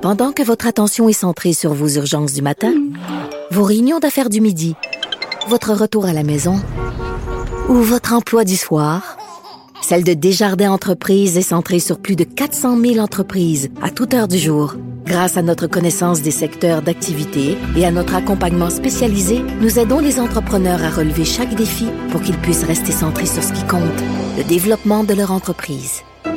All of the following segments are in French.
Pendant que votre attention est centrée sur vos urgences du matin, vos réunions d'affaires du midi, votre retour à la maison ou votre emploi du soir, celle de Desjardins Entreprises est centrée sur plus de 400 000 entreprises à toute heure du jour. Grâce à notre connaissance des secteurs d'activité et à notre accompagnement spécialisé, nous aidons les entrepreneurs à relever chaque défi pour qu'ils puissent rester centrés sur ce qui compte, le développement de leur entreprise.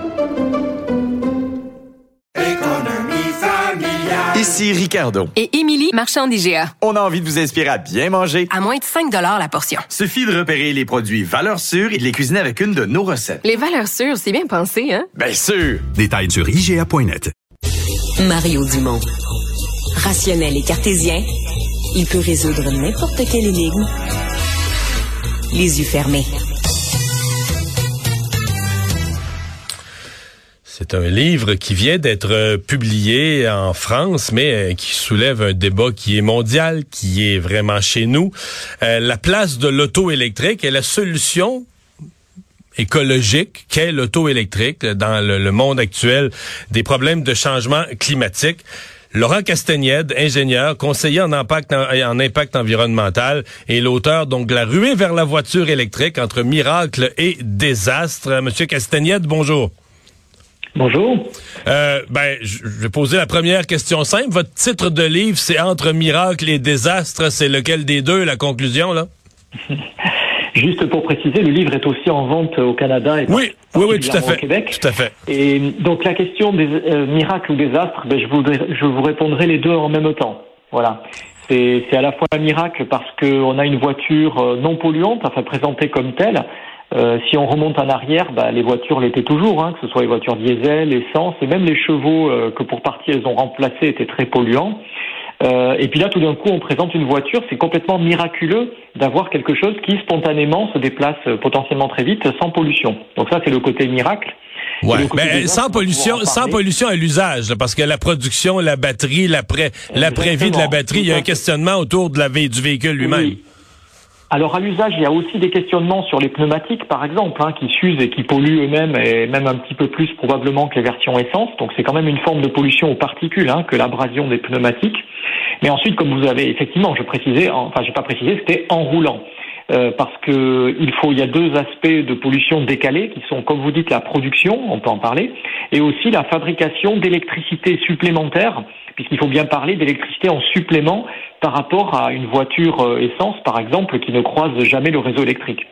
Ici Ricardo. Et Émilie, marchand d'IGA. On a envie de vous inspirer à bien manger. À moins de 5 $ la portion. Suffit de repérer les produits valeurs sûres et de les cuisiner avec une de nos recettes. Les valeurs sûres, c'est bien pensé, hein? Bien sûr! Détails sur IGA.net. Mario Dumont. Rationnel et cartésien, il peut résoudre n'importe quelle énigme les yeux fermés. C'est un livre qui vient d'être publié en France, mais qui soulève un débat qui est mondial, qui est vraiment chez nous. La place de l'auto électrique et la solution écologique qu'est l'auto électrique dans le monde actuel des problèmes de changement climatique. Laurent Castagnède, ingénieur, conseiller en impact environnemental et l'auteur donc de La ruée vers la voiture électrique entre miracle et désastre. Monsieur Castagnède, bonjour. Bonjour. Je vais poser la première question simple. Votre titre de livre, c'est Entre miracle et désastre. C'est lequel des deux, la conclusion, là? Juste pour préciser, le livre est aussi en vente au Canada et oui, tout à fait. Au Québec. Tout à fait. Et donc la question des miracles ou désastres, je vous répondrai les deux en même temps. Voilà. C'est à la fois un miracle parce qu'on a une voiture non polluante, enfin présentée comme telle. Si on remonte en arrière, les voitures l'étaient toujours, que ce soit les voitures diesel, essence, et même les chevaux que pour partie elles ont remplacés étaient très polluants. Et puis là, tout d'un coup, on présente une voiture, c'est complètement miraculeux d'avoir quelque chose qui spontanément se déplace potentiellement très vite sans pollution. Donc ça, c'est le côté miracle. Ouais, mais sans pollution à l'usage, parce que la production, la batterie, l'après-vie de la batterie, il y a un questionnement autour de du véhicule lui-même. Oui. Alors à l'usage, il y a aussi des questionnements sur les pneumatiques, par exemple, qui s'usent et qui polluent eux-mêmes, et même un petit peu plus probablement que les versions essence. Donc c'est quand même une forme de pollution aux particules que l'abrasion des pneumatiques. Mais ensuite, comme vous avez effectivement, j'ai pas précisé, c'était en roulant. Parce que il y a deux aspects de pollution décalés qui sont, comme vous dites, la production, on peut en parler, et aussi la fabrication d'électricité supplémentaire, puisqu'il faut bien parler d'électricité en supplément par rapport à une voiture essence, par exemple, qui ne croise jamais le réseau électrique.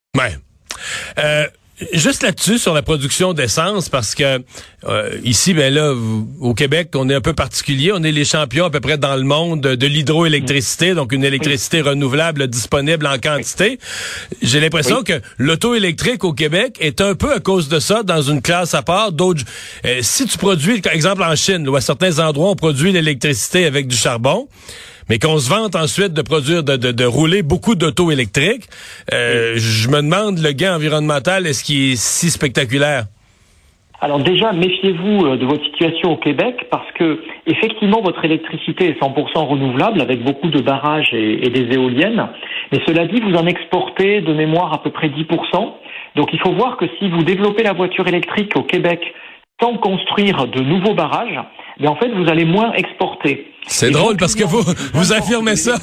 Ouais. Juste là-dessus, sur la production d'essence, parce que ici, au Québec, on est un peu particulier. On est les champions à peu près dans le monde de l'hydroélectricité, donc une électricité renouvelable disponible en quantité. J'ai l'impression que l'auto électrique au Québec est un peu à cause de ça dans une classe à part. D'autres, si tu produis, par exemple en Chine, où à certains endroits on produit l'électricité avec du charbon, mais qu'on se vante ensuite de produire, de rouler beaucoup d'auto électriques, je me demande, le gain environnemental, est-ce qu'il est si spectaculaire? Alors déjà, méfiez-vous de votre situation au Québec, parce que effectivement, votre électricité est 100% renouvelable, avec beaucoup de barrages et des éoliennes. Mais cela dit, vous en exportez de mémoire à peu près 10%. Donc il faut voir que si vous développez la voiture électrique au Québec sans construire de nouveaux barrages, en fait, vous allez moins exporter. C'est drôle parce que vous affirmez ça.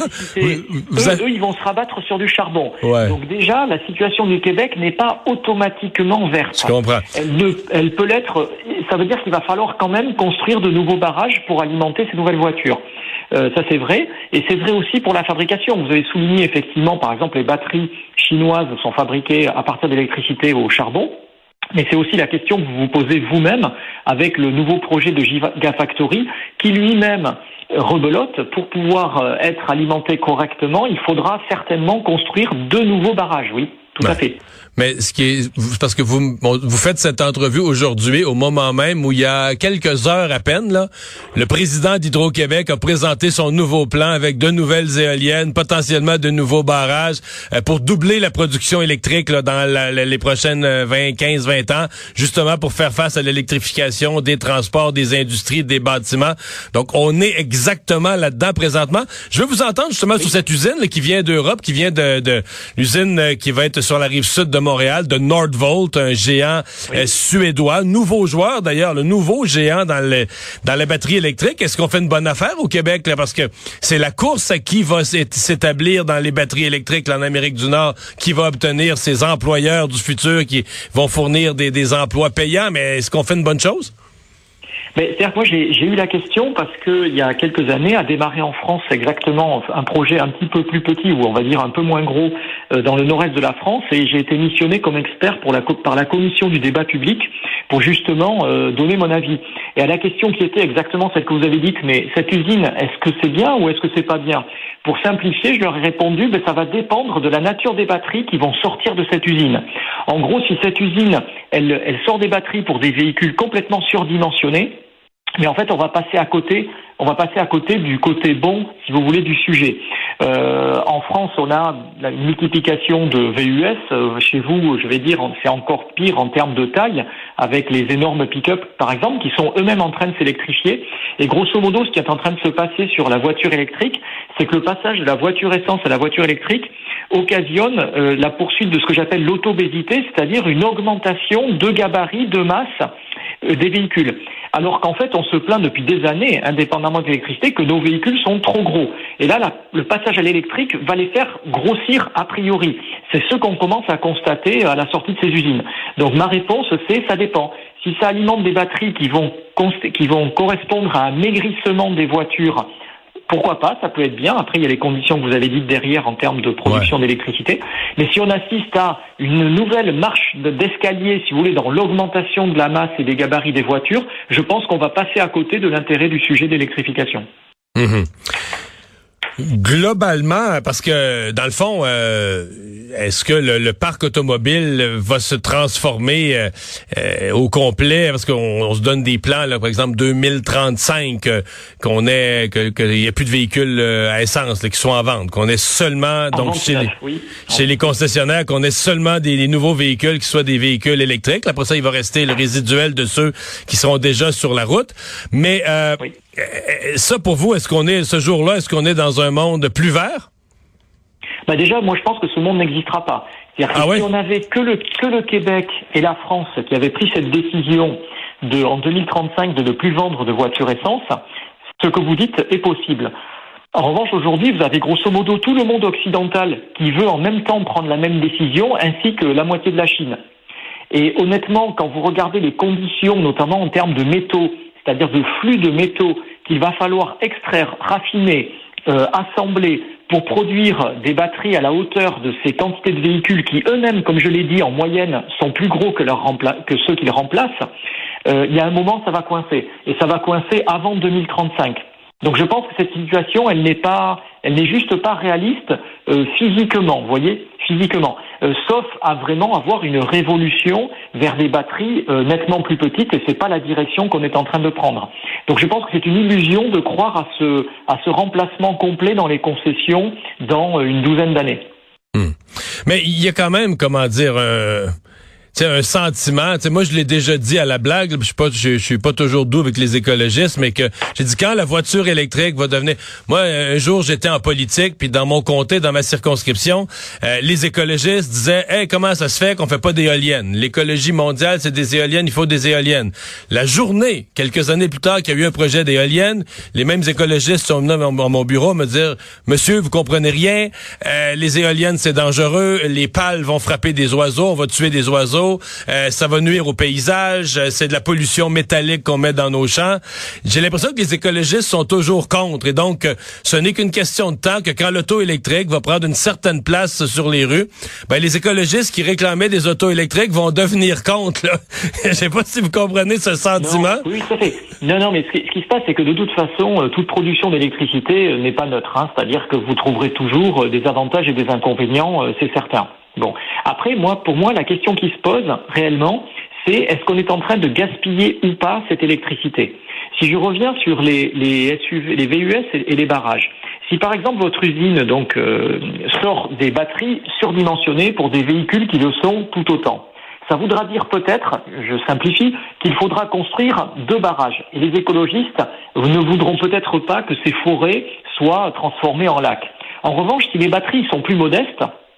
Eux, ils vont se rabattre sur du charbon. Ouais. Donc déjà, la situation du Québec n'est pas automatiquement verte. Je comprends. Elle peut l'être. Ça veut dire qu'il va falloir quand même construire de nouveaux barrages pour alimenter ces nouvelles voitures. Ça, c'est vrai. Et c'est vrai aussi pour la fabrication. Vous avez souligné effectivement, par exemple, les batteries chinoises sont fabriquées à partir d'électricité au charbon. Mais c'est aussi la question que vous vous posez vous-même avec le nouveau projet de Gigafactory qui lui-même rebelote. Pour pouvoir être alimenté correctement, il faudra certainement construire de nouveaux barrages, oui, tout à fait. Mais ce qui est, parce que vous faites cette entrevue aujourd'hui au moment même où il y a quelques heures à peine, là, le président d'Hydro-Québec a présenté son nouveau plan avec de nouvelles éoliennes, potentiellement de nouveaux barrages, pour doubler la production électrique là, dans les prochaines 15-20 ans, justement pour faire face à l'électrification des transports, des industries, des bâtiments. Donc, on est exactement là-dedans présentement. Je veux vous entendre justement sur cette usine là, qui vient d'Europe, qui vient de l'usine qui va être sur la rive sud de Montréal de Nordvolt, un géant suédois, nouveau joueur d'ailleurs, le nouveau géant dans la batterie électrique. Est-ce qu'on fait une bonne affaire au Québec là, parce que c'est la course à qui va s'établir dans les batteries électriques là, en Amérique du Nord, qui va obtenir ces employeurs du futur qui vont fournir des emplois payants, mais est-ce qu'on fait une bonne chose? Mais c'est-à-dire que moi j'ai eu la question parce que il y a quelques années a démarré en France exactement un projet un petit peu plus petit ou on va dire un peu moins gros dans le nord-est de la France et j'ai été missionné comme expert par la commission du débat public pour justement donner mon avis. Et à la question qui était exactement celle que vous avez dite, mais cette usine, est-ce que c'est bien ou est-ce que c'est pas bien? Pour simplifier, je leur ai répondu, ça va dépendre de la nature des batteries qui vont sortir de cette usine. En gros, si cette usine, elle sort des batteries pour des véhicules complètement surdimensionnés, mais en fait, on va passer à côté du côté bon, si vous voulez, du sujet. En France, on a une multiplication de VUS. Chez vous, je vais dire, c'est encore pire en termes de taille, avec les énormes pick-up, par exemple, qui sont eux-mêmes en train de s'électrifier. Et grosso modo, ce qui est en train de se passer sur la voiture électrique, c'est que le passage de la voiture essence à la voiture électrique occasionne la poursuite de ce que j'appelle l'autobésité, c'est-à-dire une augmentation de gabarit, de masse des véhicules. Alors qu'en fait, on se plaint depuis des années, indépendamment de l'électricité, que nos véhicules sont trop gros. Et là, le passage à l'électrique va les faire grossir a priori. C'est ce qu'on commence à constater à la sortie de ces usines. Donc ma réponse, c'est ça dépend. Si ça alimente des batteries qui vont correspondre à un maigrissement des voitures, pourquoi pas, ça peut être bien. Après, il y a les conditions que vous avez dites derrière en termes de production d'électricité. Mais si on assiste à une nouvelle marche d'escalier, si vous voulez, dans l'augmentation de la masse et des gabarits des voitures, je pense qu'on va passer à côté de l'intérêt du sujet d'électrification. Mmh. Globalement, parce que dans le fond, est-ce que le parc automobile va se transformer au complet, parce qu'on se donne des plans, là, par exemple 2035, qu'il y ait plus de véhicules à essence là, qui soient en vente, qu'on ait seulement donc chez les concessionnaires, qu'on ait seulement des nouveaux véhicules qui soient des véhicules électriques. Après ça, il va rester le résiduel de ceux qui seront déjà sur la route. Mais ça, pour vous, est-ce qu'on est dans un monde plus vert? Déjà, moi, je pense que ce monde n'existera pas. C'est-à-dire que si on avait que le Québec et la France qui avaient pris cette décision en 2035 de ne plus vendre de voitures essence, ce que vous dites est possible. En revanche, aujourd'hui, vous avez grosso modo tout le monde occidental qui veut en même temps prendre la même décision, ainsi que la moitié de la Chine. Et honnêtement, quand vous regardez les conditions, notamment en termes de métaux, c'est-à-dire de flux de métaux qu'il va falloir extraire, raffiner, assembler pour produire des batteries à la hauteur de ces quantités de véhicules qui eux-mêmes, comme je l'ai dit, en moyenne, sont plus gros que ceux qu'ils remplacent, il y a un moment, ça va coincer. Et ça va coincer avant 2035. Donc je pense que cette situation, elle n'est juste pas réaliste physiquement, vous voyez, sauf à vraiment avoir une révolution vers des batteries nettement plus petites, et c'est pas la direction qu'on est en train de prendre. Donc je pense que c'est une illusion de croire à ce remplacement complet dans les concessions dans une douzaine d'années. Mais il y a quand même, un sentiment, moi je l'ai déjà dit à la blague, je suis pas toujours doux avec les écologistes, mais que j'ai dit quand la voiture électrique va devenir... Moi, un jour, j'étais en politique, puis dans mon comté, dans ma circonscription, les écologistes disaient « Hey, comment ça se fait qu'on fait pas d'éoliennes? L'écologie mondiale, c'est des éoliennes, il faut des éoliennes. » La journée, quelques années plus tard, qu'il y a eu un projet d'éoliennes, les mêmes écologistes sont venus à mon bureau me dire « Monsieur, vous comprenez rien, les éoliennes, c'est dangereux, les pales vont frapper des oiseaux, on va tuer des oiseaux, ça va nuire au paysage, c'est de la pollution métallique qu'on met dans nos champs. » J'ai l'impression que les écologistes sont toujours contre, et donc ce n'est qu'une question de temps que quand l'auto électrique va prendre une certaine place sur les rues, les écologistes qui réclamaient des autos électriques vont devenir contre. Là. Je sais pas si vous comprenez ce sentiment. Non, oui, tout à fait. Non, mais ce qui se passe, c'est que de toute façon, toute production d'électricité n'est pas neutre. C'est-à-dire que vous trouverez toujours des avantages et des inconvénients, c'est certain. Bon, après, pour moi, la question qui se pose réellement, c'est est-ce qu'on est en train de gaspiller ou pas cette électricité? Si je reviens sur les SUV, les VUS et les barrages, si par exemple votre usine sort des batteries surdimensionnées pour des véhicules qui le sont tout autant, ça voudra dire peut-être, je simplifie, qu'il faudra construire 2 barrages. Et les écologistes ne voudront peut-être pas que ces forêts soient transformées en lacs. En revanche, si les batteries sont plus modestes, il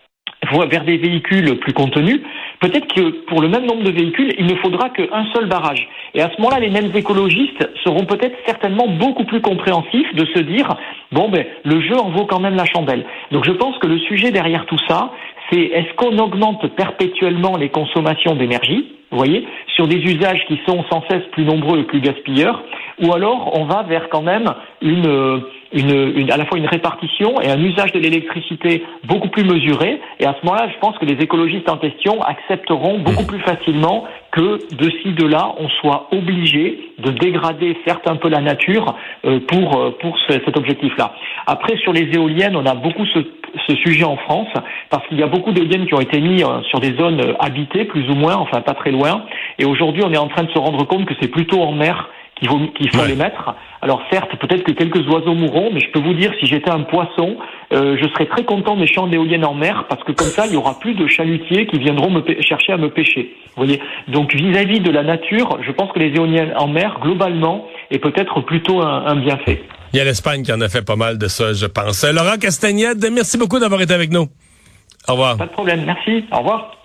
vers des véhicules plus contenus, peut-être que pour le même nombre de véhicules, il ne faudra qu'un seul barrage. Et à ce moment-là, les mêmes écologistes seront peut-être certainement beaucoup plus compréhensifs de se dire, le jeu en vaut quand même la chandelle. Donc je pense que le sujet derrière tout ça, c'est est-ce qu'on augmente perpétuellement les consommations d'énergie, vous voyez, sur des usages qui sont sans cesse plus nombreux et plus gaspilleurs, ou alors on va vers quand même à la fois une répartition et un usage de l'électricité beaucoup plus mesuré. Et à ce moment-là, je pense que les écologistes en question accepteront beaucoup plus facilement que de ci, de là, on soit obligé de dégrader certes un peu la nature pour cet objectif-là. Après, sur les éoliennes, on a beaucoup ce sujet en France, parce qu'il y a beaucoup d'éoliennes qui ont été mises sur des zones habitées, plus ou moins, enfin pas très loin. Et aujourd'hui, on est en train de se rendre compte que c'est plutôt en mer qu'il faut les mettre. Alors certes, peut-être que quelques oiseaux mourront, mais je peux vous dire, si j'étais un poisson, je serais très content des champs d'éoliennes en mer, parce que comme ça, il y aura plus de chalutiers qui viendront chercher à me pêcher. Vous voyez. Donc vis-à-vis de la nature, je pense que les éoliennes en mer, globalement, est peut-être plutôt un bienfait. Il y a l'Espagne qui en a fait pas mal de ça, je pense. Laurent Castagnède, merci beaucoup d'avoir été avec nous. Au revoir. Pas de problème, merci. Au revoir.